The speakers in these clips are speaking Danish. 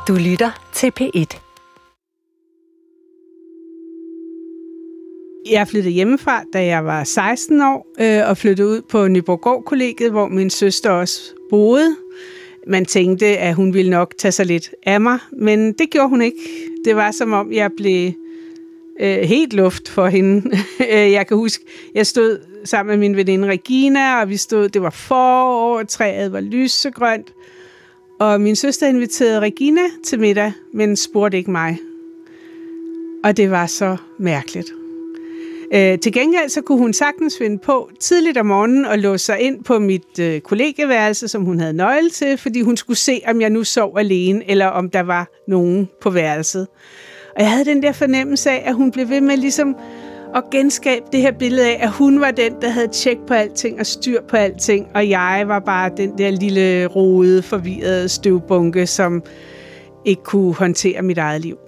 Du lytter til P1. Jeg flyttede hjemmefra, da jeg var 16 år, og flyttede ud på Nyborggård-kollegiet, hvor min søster også boede. Man tænkte, at hun ville nok tage sig lidt af mig, men det gjorde hun ikke. Det var som om, jeg blev helt luft for hende. Jeg kan huske, jeg stod sammen med min veninde Regina, og det var forår, træet var lysegrønt. Og min søster inviterede Regina til middag, men spurgte ikke mig. Og det var så mærkeligt. Til gengæld så kunne hun sagtens finde på tidligt om morgenen at låse sig ind på mit kollegieværelse, som hun havde nøgle til, fordi hun skulle se, om jeg nu sov alene, eller om der var nogen på værelset. Og jeg havde den der fornemmelse af, at hun blev ved med ligesom at genskabe det her billede af, at hun var den, der havde tjek på alting og styr på alting, og jeg var bare den der lille rodede, forvirrede støvbunke, som ikke kunne håndtere mit eget liv.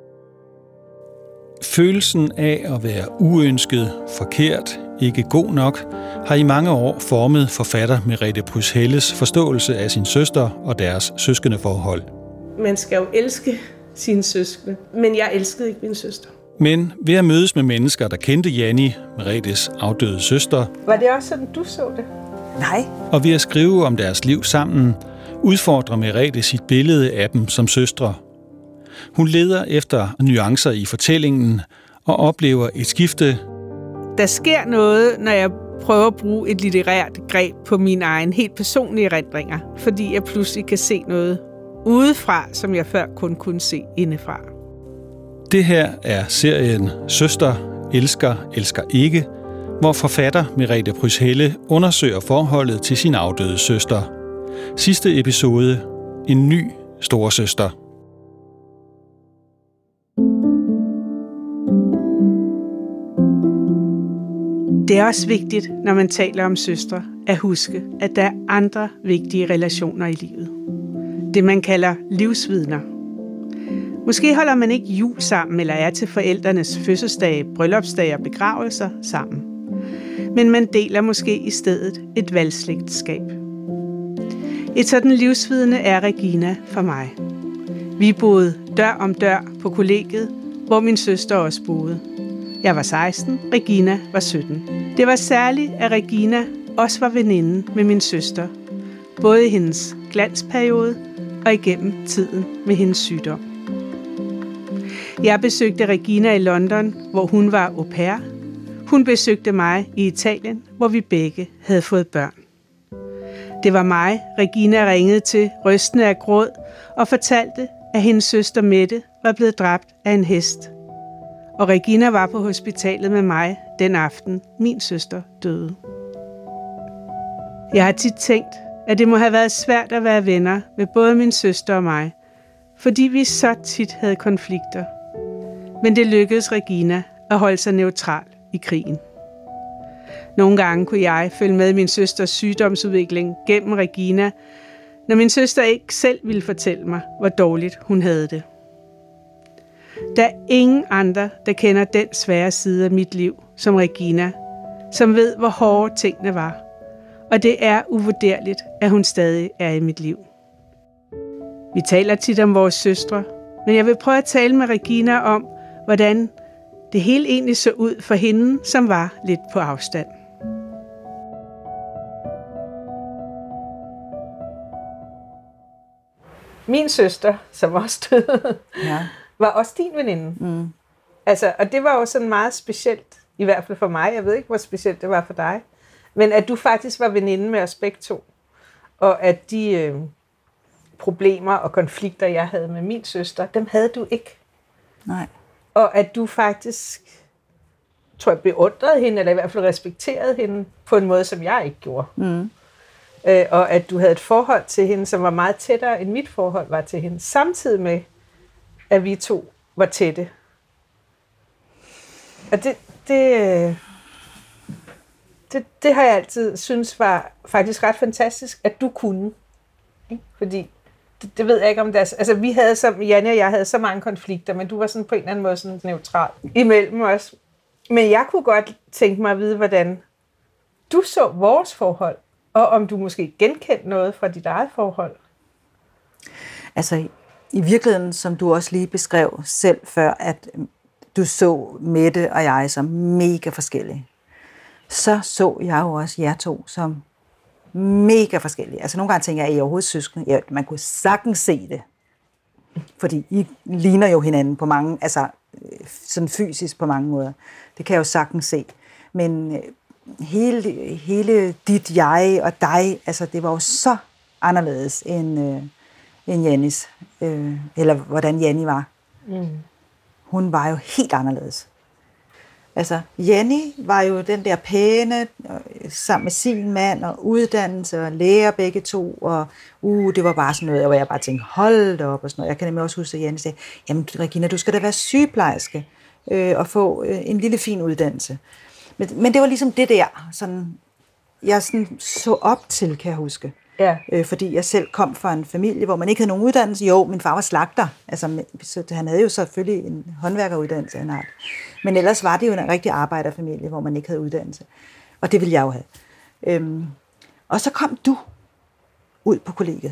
Følelsen af at være uønsket, forkert, ikke god nok, har i mange år formet forfatter Merete Pryds Helles forståelse af sin søster og deres søskendeforhold. Man skal jo elske sine søskende, men jeg elskede ikke min søster. Men ved at mødes med mennesker, der kendte Janni, Meretes afdøde søster, var det også sådan, du så det? Nej. Og ved at skrive om deres liv sammen, udfordrer Merete sit billede af dem som søstre. Hun leder efter nuancer i fortællingen og oplever et skifte. Der sker noget, når jeg prøver at bruge et litterært greb på mine egne helt personlige erindringer, fordi jeg pludselig kan se noget udefra, som jeg før kun kunne se indefra. Det her er serien Søster, elsker, elsker ikke, hvor forfatter Merete Pryds Helle undersøger forholdet til sin afdøde søster. Sidste episode, en ny storesøster. Det er også vigtigt, når man taler om søstre, at huske, at der er andre vigtige relationer i livet. Det man kalder livsvidner. Måske holder man ikke jul sammen, eller er til forældrenes fødselsdage, bryllupsdage og begravelser sammen. Men man deler måske i stedet et valgslægtskab. Et sådan livsvidne er Regina for mig. Vi boede dør om dør på kollegiet, hvor min søster også boede. Jeg var 16, Regina var 17. Det var særligt, at Regina også var veninde med min søster, både i hendes glansperiode og igennem tiden med hendes sygdom. Jeg besøgte Regina i London, hvor hun var au pair. Hun besøgte mig i Italien, hvor vi begge havde fået børn. Det var mig, Regina ringede til, rystende af gråd, og fortalte, at hendes søster Mette var blevet dræbt af en hest. Og Regina var på hospitalet med mig den aften, min søster døde. Jeg har tit tænkt, at det må have været svært at være venner med både min søster og mig, fordi vi så tit havde konflikter. Men det lykkedes Regina at holde sig neutral i krigen. Nogle gange kunne jeg følge med min søsters sygdomsudvikling gennem Regina, når min søster ikke selv ville fortælle mig, hvor dårligt hun havde det. Der er ingen andre, der kender den svære side af mit liv som Regina, som ved, hvor hårde tingene var. Og det er uvurderligt, at hun stadig er i mit liv. Vi taler tit om vores søstre, men jeg vil prøve at tale med Regina om, hvordan det hele egentlig så ud for hende, som var lidt på afstand. Min søster, som også døde, var også din veninde. Mm. Altså, og det var jo sådan meget specielt, i hvert fald for mig. Jeg ved ikke, hvor specielt det var for dig. Men at du faktisk var veninde med os begge to. Og at de problemer og konflikter, jeg havde med min søster, dem havde du ikke. Nej. Og at du faktisk, tror jeg, beundrede hende, eller i hvert fald respekterede hende på en måde, som jeg ikke gjorde. Mm. Og at du havde et forhold til hende, som var meget tættere, end mit forhold var til hende. Samtidig med, at vi to var tætte. Og det har jeg altid synes var faktisk ret fantastisk, at du kunne. Ikke? Fordi det ved jeg ikke om det er. Altså vi havde Janne og jeg havde så mange konflikter, men du var sådan på en eller anden måde sådan neutral imellem os. Men jeg kunne godt tænke mig at vide, hvordan du så vores forhold, og om du måske genkendte noget fra dit eget forhold. Altså, i virkeligheden, som du også lige beskrev selv før, at du så Mette og jeg som mega forskellige, så jeg jo også jer to som mega forskellige. Altså nogle gange tænker jeg, at I er overhovedet søskende. Ja, man kunne sagtens se det. Fordi I ligner jo hinanden på mange, altså sådan fysisk på mange måder. Det kan jeg jo sagtens se. Men hele dit jeg og dig, altså det var jo så anderledes end Jannis. Eller hvordan Janni var. Hun var jo helt anderledes. Altså, Janni var jo den der pæne, sammen med sin mand, og uddannelse, og lærer begge to, og det var bare sådan noget, hvor jeg bare tænkte, hold da op, og sådan noget. Jeg kan nemlig også huske, at Janni sagde, jamen Regina, du skal da være sygeplejerske, og få en lille fin uddannelse. Men det var ligesom det der, sådan, jeg sådan så op til, kan jeg huske. Ja. Fordi jeg selv kom fra en familie, hvor man ikke havde nogen uddannelse. Jo, min far var slagter. Altså, så han havde jo selvfølgelig en håndværkeruddannelse af en art. Men ellers var det jo en rigtig arbejderfamilie, hvor man ikke havde uddannelse. Og det ville jeg jo have. Og så kom du ud på kollegiet.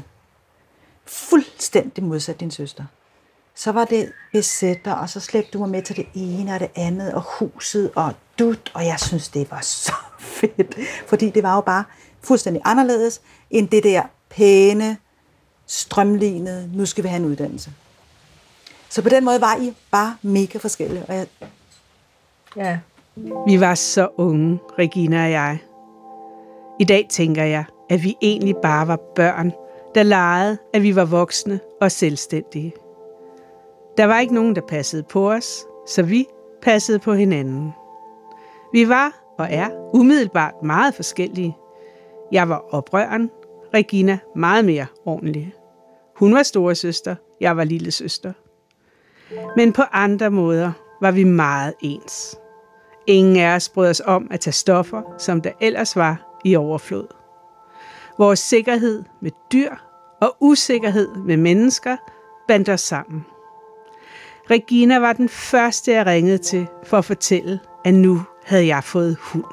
Fuldstændig modsat din søster. Så var det besætter, og så slæbte du mig med til det ene og det andet, og huset, og og jeg synes, det var så fedt. Fordi det var jo bare fuldstændig anderledes end det der pæne, strømlignede, nu skal vi have en uddannelse. Så på den måde var I bare mega forskellige. Og ja. Vi var så unge, Regina og jeg. I dag tænker jeg, at vi egentlig bare var børn, der legede, at vi var voksne og selvstændige. Der var ikke nogen, der passede på os, så vi passede på hinanden. Vi var og er umiddelbart meget forskellige. Jeg var oprørende, Regina meget mere ordentlig. Hun var storesøster, jeg var lillesøster. Men på andre måder var vi meget ens. Ingen af os brød os om at tage stoffer, som der ellers var i overflod. Vores sikkerhed med dyr og usikkerhed med mennesker bandt os sammen. Regina var den første, jeg ringede til for at fortælle, at nu havde jeg fået hund.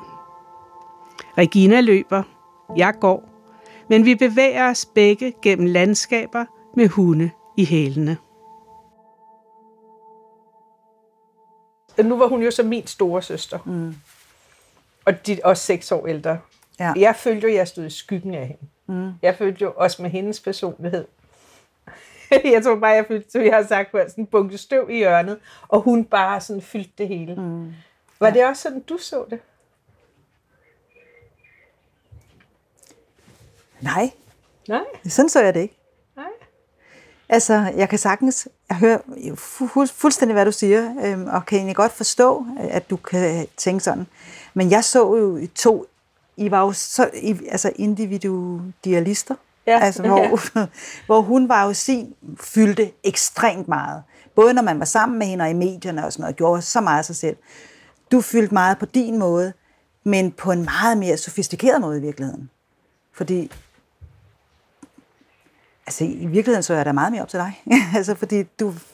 Regina løber, jeg går, men vi bevæger os begge gennem landskaber med hunde i hælene. Nu var hun jo så min store søster. Og de også 6 år ældre. Ja. Jeg følte jo, at jeg stod i skyggen af hende. Jeg følte jo også med hendes personlighed. Jeg tror bare, jeg følte, som jeg har sagt, sådan en bunke støv i hjørnet, og hun bare sådan fyldte det hele. Var det også sådan, du så det? Nej. Sådan så jeg det ikke. Nej. Altså, jeg kan sagtens, jeg hører fuldstændig, hvad du siger, og kan egentlig godt forstå, at du kan tænke sådan. Men jeg så jo I var jo så, altså individualister. Ja. Altså, hvor hun var jo fyldte ekstremt meget. Både når man var sammen med hende og i medierne og sådan noget, gjorde så meget af sig selv. Du fyldte meget på din måde, men på en meget mere sofistikeret måde i virkeligheden. Fordi altså, i virkeligheden så er jeg da meget mere op til dig. Altså, fordi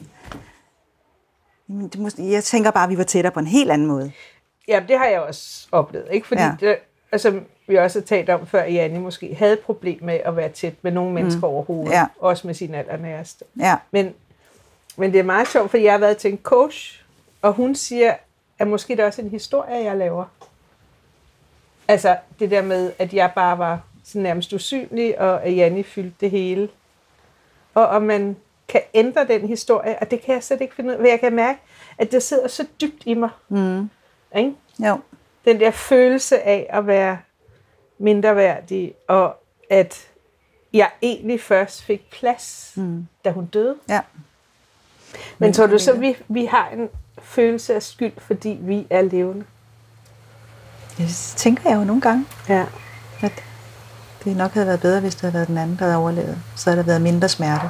jeg tænker bare, at vi var tættere på en helt anden måde. Ja, det har jeg også oplevet. Ikke? Fordi det, altså, vi også har talt om før, Janni måske havde et problem med at være tæt med nogle mennesker overhovedet. Ja. Også med sine allernæreste. Ja. Men det er meget sjovt, for jeg har været til en coach, og hun siger, at måske det er også en historie, jeg laver. Altså det der med, at jeg bare var sådan nærmest usynlig, og at Janni fyldte det hele. Og om man kan ændre den historie, og det kan jeg slet ikke finde ud af, for jeg kan mærke, at det sidder så dybt i mig. Ikke? Jo. Den der følelse af at være mindreværdig, og at jeg egentlig først fik plads, da hun døde. Ja. Men tror du så, vi har en følelse af skyld, fordi vi er levende? Det tænker jeg jo nogle gange. Ja. At det nok havde været bedre, hvis det havde været den anden, der havde overlevet. Så havde der været mindre smerte.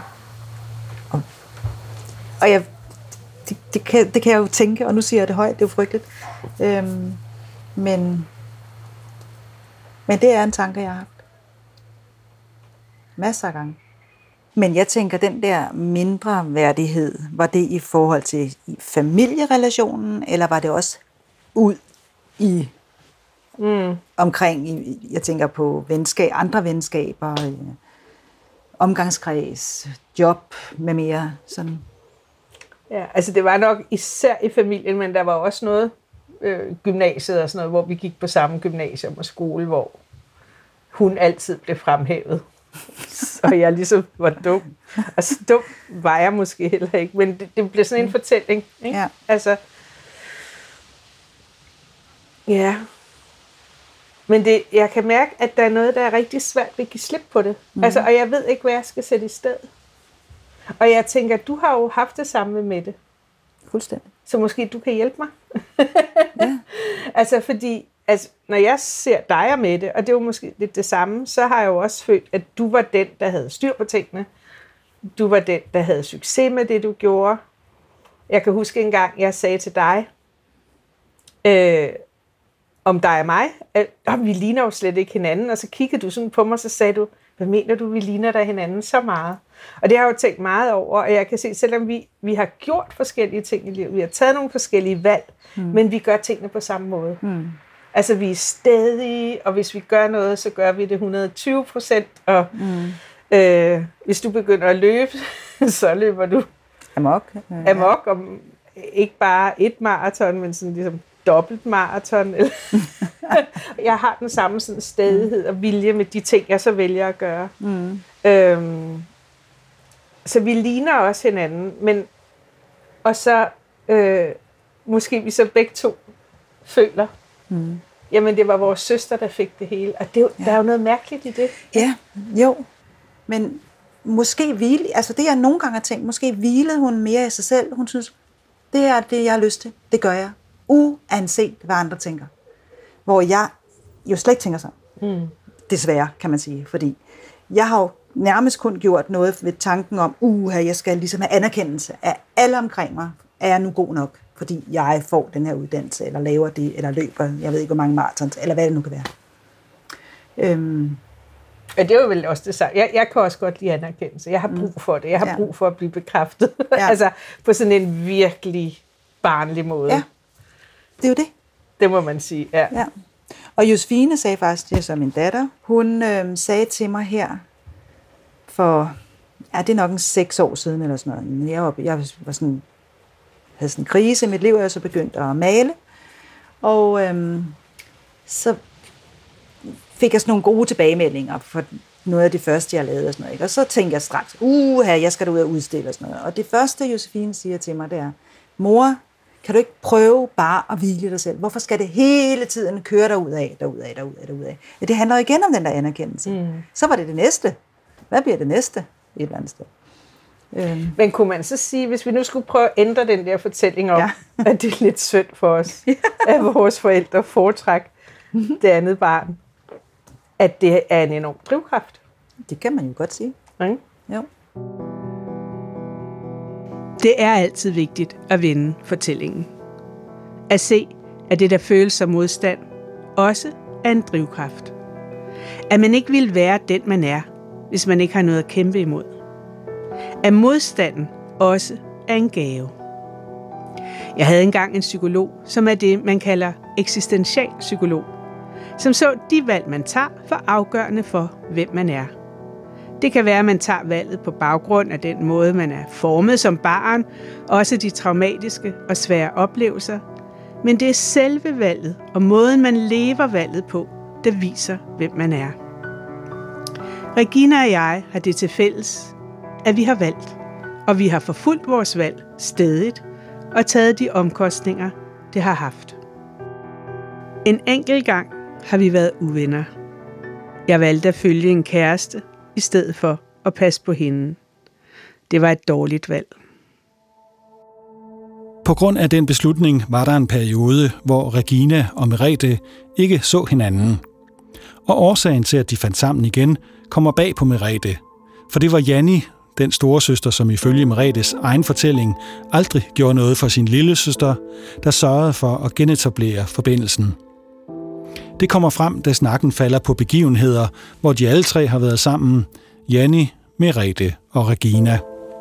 Og det kan jeg jo tænke, og nu siger jeg det højt, det er jo frygteligt. Men det er en tanke, jeg har haft. Masser af gange. Men jeg tænker, den der mindre værdighed, var det i forhold til familierelationen, eller var det også ud i omkring, jeg tænker på andre venskaber, omgangskreds, job med mere sådan. Ja, altså det var nok især i familien, men der var også noget gymnasiet og sådan noget, hvor vi gik på samme gymnasium og skole, hvor hun altid blev fremhævet. Og jeg ligesom var dum. Altså dum var jeg måske heller ikke, men det blev sådan en fortælling. Ikke? Ja. Altså, ja. Men jeg kan mærke, at der er noget, der er rigtig svært ved at give slip på det. Altså, og jeg ved ikke, hvad jeg skal sætte i stedet. Og jeg tænker, du har jo haft det samme med Mette. Fuldstændig. Så måske du kan hjælpe mig. Ja. Altså, fordi når jeg ser dig og Mette, og det er jo måske lidt det samme, så har jeg jo også følt, at du var den, der havde styr på tingene. Du var den, der havde succes med det, du gjorde. Jeg kan huske en gang, jeg sagde til dig, om dig og mig, at vi ligner jo slet ikke hinanden, og så kiggede du sådan på mig, så sagde du, hvad mener du, vi ligner der hinanden så meget? Og det har jeg jo tænkt meget over, og jeg kan se, selvom vi har gjort forskellige ting i livet, vi har taget nogle forskellige valg, men vi gør tingene på samme måde. Altså vi er stædige, og hvis vi gør noget, så gør vi det 120%, og hvis du begynder at løbe, så løber du amok, og ikke bare et maraton, men sådan ligesom dobbelt maraton. Jeg har den samme sådan stædighed og vilje med de ting, jeg så vælger at gøre. Så vi ligner også hinanden, men og så måske vi så begge to føler, jamen det var vores søster, der fik det hele. Og det, der er jo noget mærkeligt i det. Ja, jo. Men måske altså det jeg nogle gange har tænkt, måske hvilede hun mere i sig selv. Hun synes, det er det, jeg har lyst til. Det gør jeg. Uanset hvad andre tænker. Hvor jeg jo slet ikke tænker sådan. Desværre, kan man sige. Fordi jeg har jo nærmest kun gjort noget ved tanken om, jeg skal ligesom have anerkendelse af alle omkring mig. Er jeg nu god nok? Fordi jeg får den her uddannelse, eller laver det, eller løber, jeg ved ikke, hvor mange marathons, eller hvad det nu kan være. Ja, det er jo vel også det samme. Jeg kan også godt lide anerkendelse. Jeg har brug for det. Jeg har brug for at blive bekræftet. Altså på sådan en virkelig barnlig måde. Ja, det er jo det. Det må man sige, ja. Og Josefine sagde faktisk, det er så min datter, hun sagde til mig her, for, det er nok 6 år siden, eller sådan noget. Jeg var sådan, havde sådan en krise i mit liv, og jeg så begyndte at male. Og så fik jeg sådan nogle gode tilbagemeldinger for noget af det første, jeg lavede. Og sådan noget, ikke? Og så tænkte jeg straks, jeg skal da ud og udstille og sådan noget. Og det første, Josefine siger til mig, det er, mor, kan du ikke prøve bare at hvile dig selv? Hvorfor skal det hele tiden køre derudad? Ja, det handler jo igen om den der anerkendelse. Så var det næste. Hvad bliver det næste? Et eller andet sted. Men kunne man så sige, hvis vi nu skulle prøve at ændre den der fortælling om, at det er lidt synd for os, at vores forældre foretrækker det andet barn, at det er en enorm drivkraft? Det kan man jo godt sige. Jo. Det er altid vigtigt at vende fortællingen. At se, at det, der føles som modstand, også er en drivkraft. At man ikke vil være den, man er, hvis man ikke har noget at kæmpe imod. At modstanden også er en gave. Jeg havde engang en psykolog, som er det, man kalder eksistentiel psykolog, som så de valg, man tager, for afgørende for, hvem man er. Det kan være, at man tager valget på baggrund af den måde, man er formet som barn, også de traumatiske og svære oplevelser, men det er selve valget og måden, man lever valget på, der viser, hvem man er. Regina og jeg har det til fælles, at vi har valgt, og vi har forfulgt vores valg stædigt og taget de omkostninger, det har haft. En enkelt gang har vi været uvenner. Jeg valgte at følge en kæreste, i stedet for at passe på hende. Det var et dårligt valg. På grund af den beslutning var der en periode, hvor Regina og Merete ikke så hinanden. Og årsagen til, at de fandt sammen igen, kommer bag på Merete. For det var Janni, den storesøster, som ifølge Meretes egen fortælling aldrig gjorde noget for sin lillesøster, der sørgede for at genetablere forbindelsen. Det kommer frem, da snakken falder på begivenheder, hvor de alle tre har været sammen. Janni, Merete og Regina.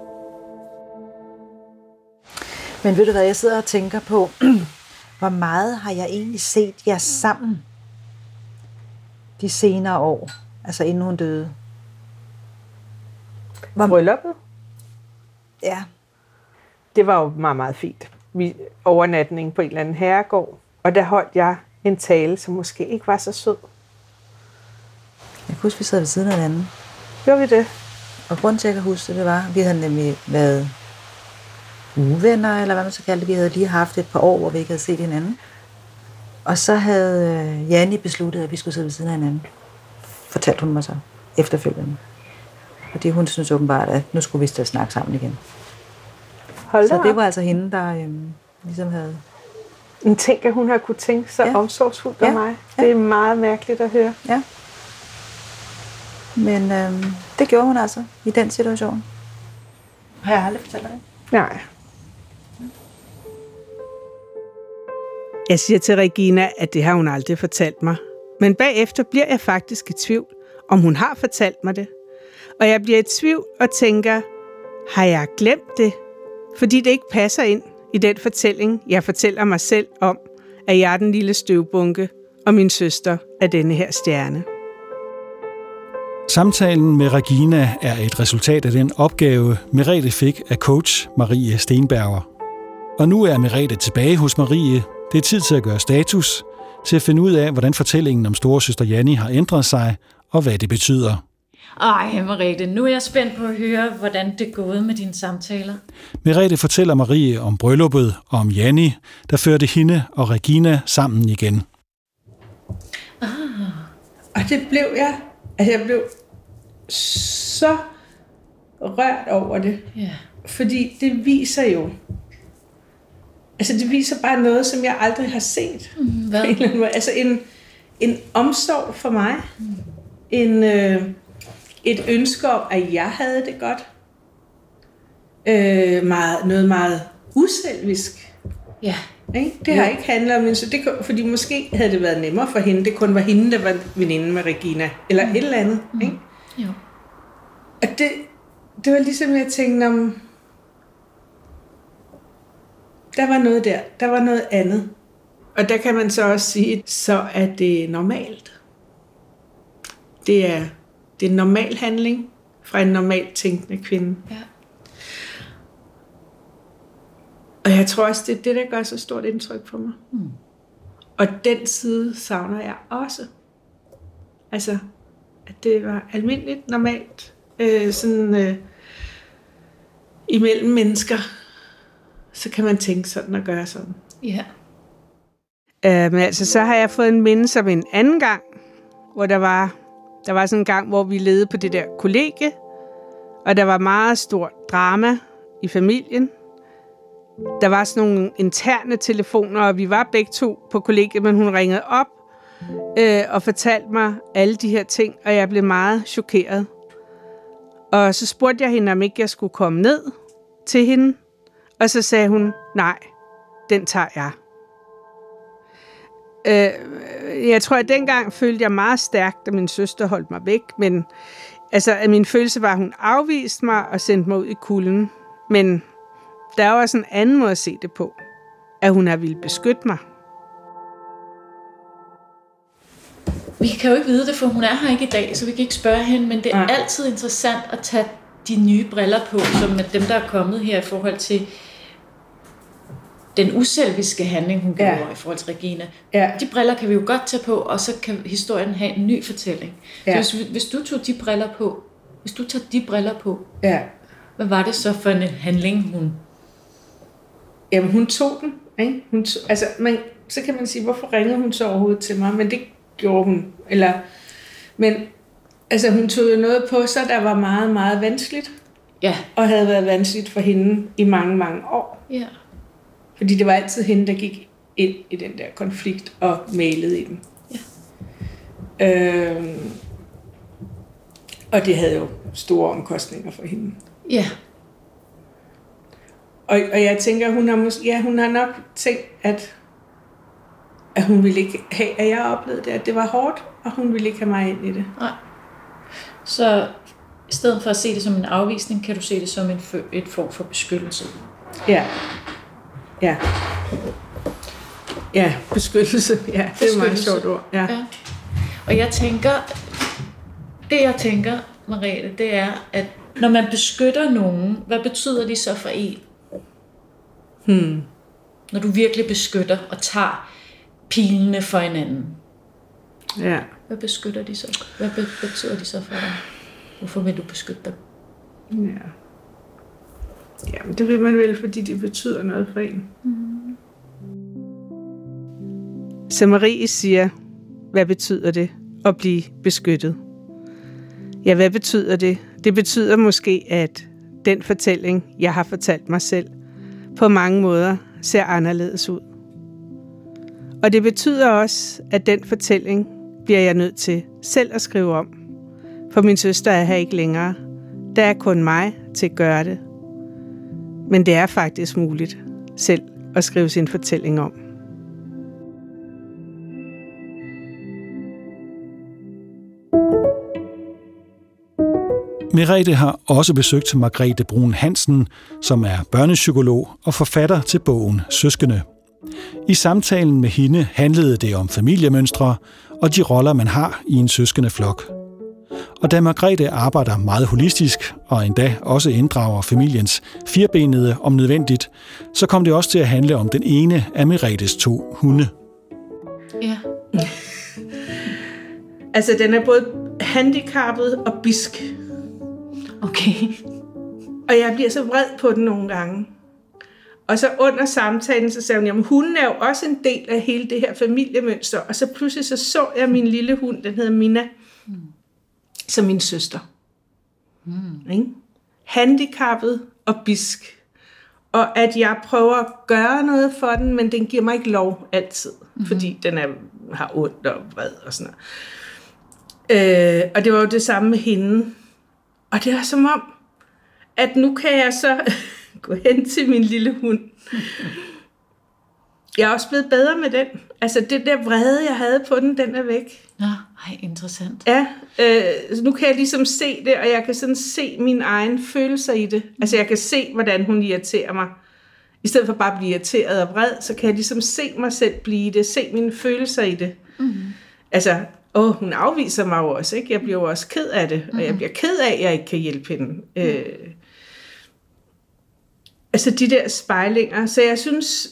Men ved du hvad, jeg sidder og tænker på, hvor meget har jeg egentlig set jer sammen de senere år, altså inden hun døde? brylluppet. Ja. Det var jo meget, meget fint. Overnatning på en eller anden herregård. Og der holdt jeg en tale, som måske ikke var så sød. Jeg kan huske, vi sad ved siden af hinanden. Gjorde vi det? Og grunden til, at jeg kan huske det, var, at vi havde nemlig været uvenner, eller hvad man så kaldte det. Vi havde lige haft et par år, hvor vi ikke havde set hinanden. Og så havde Janni besluttet, at vi skulle sidde ved siden af hinanden. Fortalte hun mig så efterfølgende. Fordi hun synes åbenbart, at nu skulle vi stå og snakke sammen igen. Så det var altså hende, der ligesom havde... En ting, at hun har kunne tænke så omsorgsfuldt om mig. Det er meget mærkeligt at høre. Ja. Men det gjorde hun altså i den situation. Har jeg aldrig fortalt dig det? Nej. Jeg siger til Regina, at det har hun aldrig fortalt mig. Men bagefter bliver jeg faktisk i tvivl, om hun har fortalt mig det. Og jeg bliver i tvivl og tænker, har jeg glemt det? Fordi det ikke passer ind i den fortælling, jeg fortæller mig selv om, at jeg er den lille støvbunke, og min søster er denne her stjerne. Samtalen med Regina er et resultat af den opgave, Merete fik af coach Marie Stenberger. Og nu er Merete tilbage hos Marie. Det er tid til at gøre status, til at finde ud af, hvordan fortællingen om storesøster Janni har ændret sig, og hvad det betyder. Ej, Merete, nu er jeg spændt på at høre, hvordan det er gået med dine samtaler. Merete fortæller Marie om brylluppet og om Janni, der førte hende og Regina sammen igen. Og det blev jeg. Altså, jeg blev så rørt over det. Ja. Fordi det viser jo... Altså, det viser bare noget, som jeg aldrig har set. Hvad? Altså, en omsorg for mig. Et ønske om, at jeg havde det godt. Noget meget uselvisk. Ja. Ikke? Det har ikke handlet om... Så det, fordi måske havde det været nemmere for hende. Det kun var hende, der var veninde med Regina. Eller et eller andet. Ikke? Jo. Og det var ligesom, jeg tænkte om... Der var noget der. Der var noget andet. Og der kan man så også sige, så er det normalt. Det er en normal handling fra en normalt tænkende kvinde. Ja. Og jeg tror også, det er det, der gør så stort indtryk på mig. Og den side savner jeg også. Altså, at det var almindeligt, normalt, imellem mennesker, så kan man tænke sådan og gøre sådan. Ja. Men altså, så har jeg fået en mindelse om en anden gang, hvor der var sådan en gang, hvor vi levede på det der kollegie, og der var meget stort drama i familien. Der var sådan nogle interne telefoner, og vi var begge to på kollegiet, men hun ringede op og fortalte mig alle de her ting, og jeg blev meget chokeret. Og så spurgte jeg hende, om ikke jeg skulle komme ned til hende, og så sagde hun, nej, den tager jeg. Jeg tror, at dengang følte jeg meget stærkt, at min søster holdt mig væk, men altså, at min følelse var, at hun afviste mig og sendte mig ud i kulden. Men der er også en anden måde at se det på, at hun har ville beskytte mig. Vi kan jo ikke vide det, for hun er her ikke i dag, så vi kan ikke spørge hende, men det er altid interessant at tage de nye briller på, som dem, der er kommet her i forhold til den uselviske handling, hun gjorde i forhold til Regina. Ja. De briller kan vi jo godt tage på, og så kan historien have en ny fortælling. Ja. Så hvis du tager de briller på, hvad var det så for en handling, hun... Jamen, hun tog den, ikke? Så kan man sige, hvorfor ringede hun så overhovedet til mig? Men det gjorde hun. Men altså, hun tog jo noget på sig, der var meget, meget vanskeligt. Ja. Og havde været vanskeligt for hende i mange, mange år. Ja. Fordi det var altid hende, der gik ind i den der konflikt og mælede i den. Ja. Og det havde jo store omkostninger for hende. Ja. Og jeg tænker, hun har nok tænkt, at hun ville ikke have, at jeg oplevede det, at det var hårdt, og hun ville ikke have mig ind i det. Nej. Så i stedet for at se det som en afvisning, kan du se det som et form for beskyttelse. Ja. Ja. Ja, beskyttelse. Ja, det er et meget sjovt ord. Ja. Ja. Og jeg tænker, Merete, det er, at Når man beskytter nogen, hvad betyder det så for en? Når du virkelig beskytter og tager pilene for hinanden. Ja. Hvad beskytter de så? Hvad betyder de så for dig? Hvorfor vil du beskytte dem? Ja. Jamen, det vil man vel, fordi det betyder noget for en. Så Marie siger, hvad betyder det at blive beskyttet? Ja, hvad betyder det? Det betyder måske, at den fortælling, jeg har fortalt mig selv, på mange måder ser anderledes ud. Og det betyder også, at den fortælling bliver jeg nødt til selv at skrive om. For min søster er her ikke længere. Der er kun mig til at gøre det. Men det er faktisk muligt selv at skrive sin fortælling om. Merete har også besøgt Margrethe Bruun Hansen, som er børnepsykolog og forfatter til bogen Søskende. I samtalen med hende handlede det om familiemønstre og de roller, man har i en søskendeflok. Og da Margrethe arbejder meget holistisk og endda også inddrager familiens firbenede om nødvendigt, så kom det også til at handle om den ene af Meretes 2 hunde. Ja. Altså, den er både handicappet og bisk. Okay. Og jeg bliver så vred på den nogle gange. Og så under samtalen, så sagde hun, jamen hunden er jo også en del af hele det her familiemønster. Og så pludselig så jeg min lille hund, den hedder Mina, som min søster. Handicappet og bisk. Og at jeg prøver at gøre noget for den, men den giver mig ikke lov altid. Fordi den har ondt og vred og sådan noget. Og det var jo det samme med hende. Og det var som om, at nu kan jeg så gå hen til min lille hund. Jeg er også blevet bedre med den. Altså det der vrede, jeg havde på den, den er væk. Nå, interessant. Ja, nu kan jeg ligesom se det, og jeg kan sådan se mine egne følelser i det. Altså jeg kan se, hvordan hun irriterer mig. I stedet for bare at blive irriteret og vred, så kan jeg ligesom se mig selv blive det, se mine følelser i det. Altså, hun afviser mig jo også, ikke? Jeg bliver jo også ked af det, og jeg bliver ked af, at jeg ikke kan hjælpe hende. Altså de der spejlinger. Så jeg synes,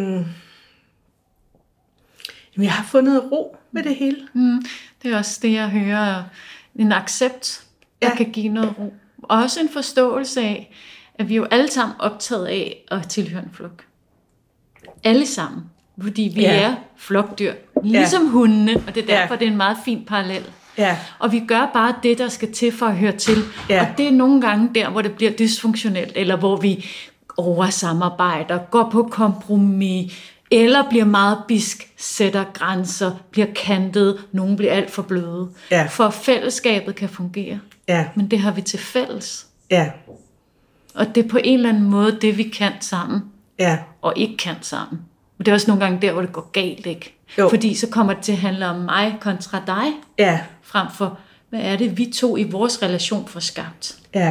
jeg har fundet ro med det hele. Det er også det, jeg hører. En accept, der kan give noget ro. Også en forståelse af, at vi jo alle sammen optaget af at tilhøre en flok. Alle sammen. Fordi vi er flokdyr. Ligesom hundene, og det er derfor, det er en meget fin parallel. Ja. Og vi gør bare det, der skal til for at høre til. Og det er nogle gange der, hvor det bliver dysfunktionelt, eller hvor vi oversamarbejder, går på kompromis, eller bliver meget bisk, sætter grænser, bliver kantet, nogen bliver alt for bløde. Ja. For fællesskabet kan fungere. Ja. Men det har vi til fælles. Ja. Og det er på en eller anden måde det, vi kan sammen, og ikke kan sammen. Og det er også nogle gange der, hvor det går galt, ikke? Jo. Fordi så kommer det til at handle om mig kontra dig, frem for, hvad er det, vi to i vores relation får skabt. Ja.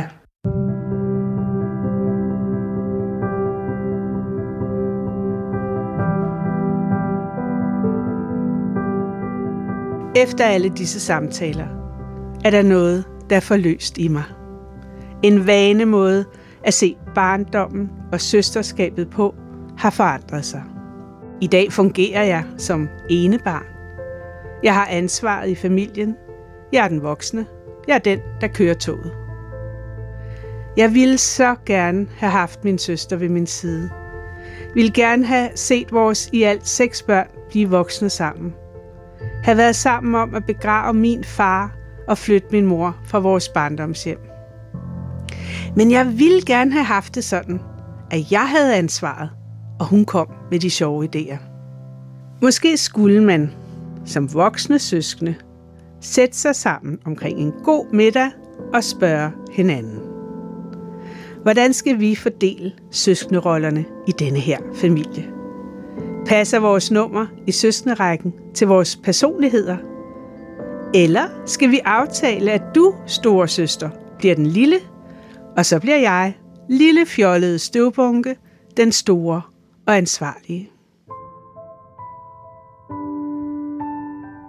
Efter alle disse samtaler, er der noget, der er forløst i mig. En vanemåde at se barndommen og søsterskabet på, har forandret sig. I dag fungerer jeg som enebarn. Jeg har ansvaret i familien. Jeg er den voksne. Jeg er den, der kører toget. Jeg ville så gerne have haft min søster ved min side. Ville gerne have set vores i alt 6 børn blive voksne sammen. Have været sammen om at begrave min far og flytte min mor fra vores barndomshjem. Men jeg ville gerne have haft det sådan, at jeg havde ansvaret, og hun kom med de sjove idéer. Måske skulle man, som voksne søskende, sætte sig sammen omkring en god middag og spørge hinanden. Hvordan skal vi fordele søskenderollerne i denne her familie? Passer vores nummer i søskenderækken til vores personligheder? Eller skal vi aftale, at du, store søster, bliver den lille, og så bliver jeg, lille fjollede støvbunke, den store og ansvarlige?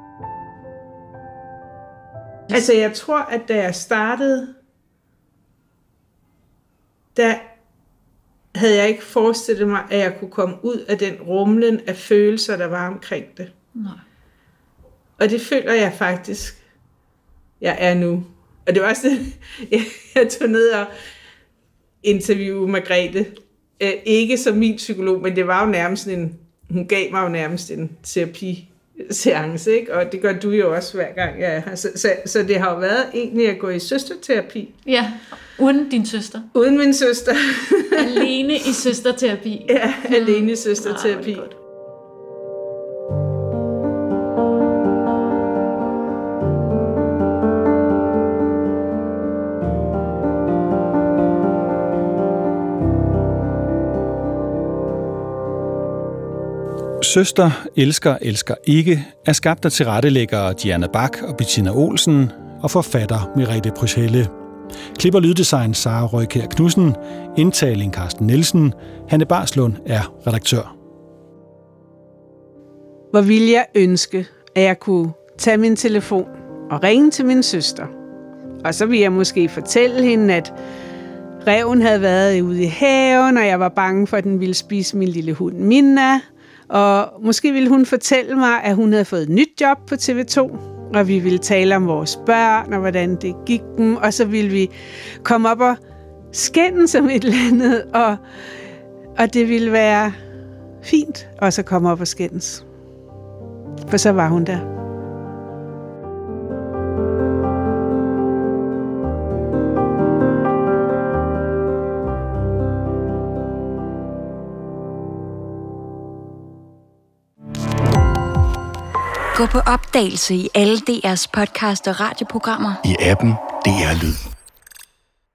Altså, jeg tror, at da jeg startede der havde jeg ikke forestillet mig, at jeg kunne komme ud af den rumlen af følelser, der var omkring det. Nej. Og det føler jeg faktisk, jeg er nu. Og det var også det, jeg tog ned og interviewede Margrethe. Ikke som min psykolog, men det var jo nærmest hun gav mig jo nærmest en terapiseance, ikke? Og det gør du jo også hver gang jeg er her. Så det har jo været egentlig at gå i søsterterapi. Ja, uden din søster. Uden min søster. Alene i søsterterapi. Ja, alene i søsterterapi. Søster, elsker ikke er skabt af tilrettelæggere Diana Bach og Bettina Olsen og forfatter Merete Pryds Helle. Klip og lyddesign Sara Røykjær Knudsen, indtaling Carsten Nielsen, Hanne Barslund er redaktør. Hvor ville jeg ønske, at jeg kunne tage min telefon og ringe til min søster. Og så ville jeg måske fortælle hende, at ræven havde været ude i haven, og jeg var bange for, at den ville spise min lille hund Minna. Og måske ville hun fortælle mig, at hun havde fået et nyt job på TV2, og vi ville tale om vores børn, og hvordan det gik dem, og så ville vi komme op og skændes om et eller andet, og det ville være fint også at komme op og skændes. For så var hun der. Gå på opdagelse i alle DR's podcast og radioprogrammer. I appen DR Lyd.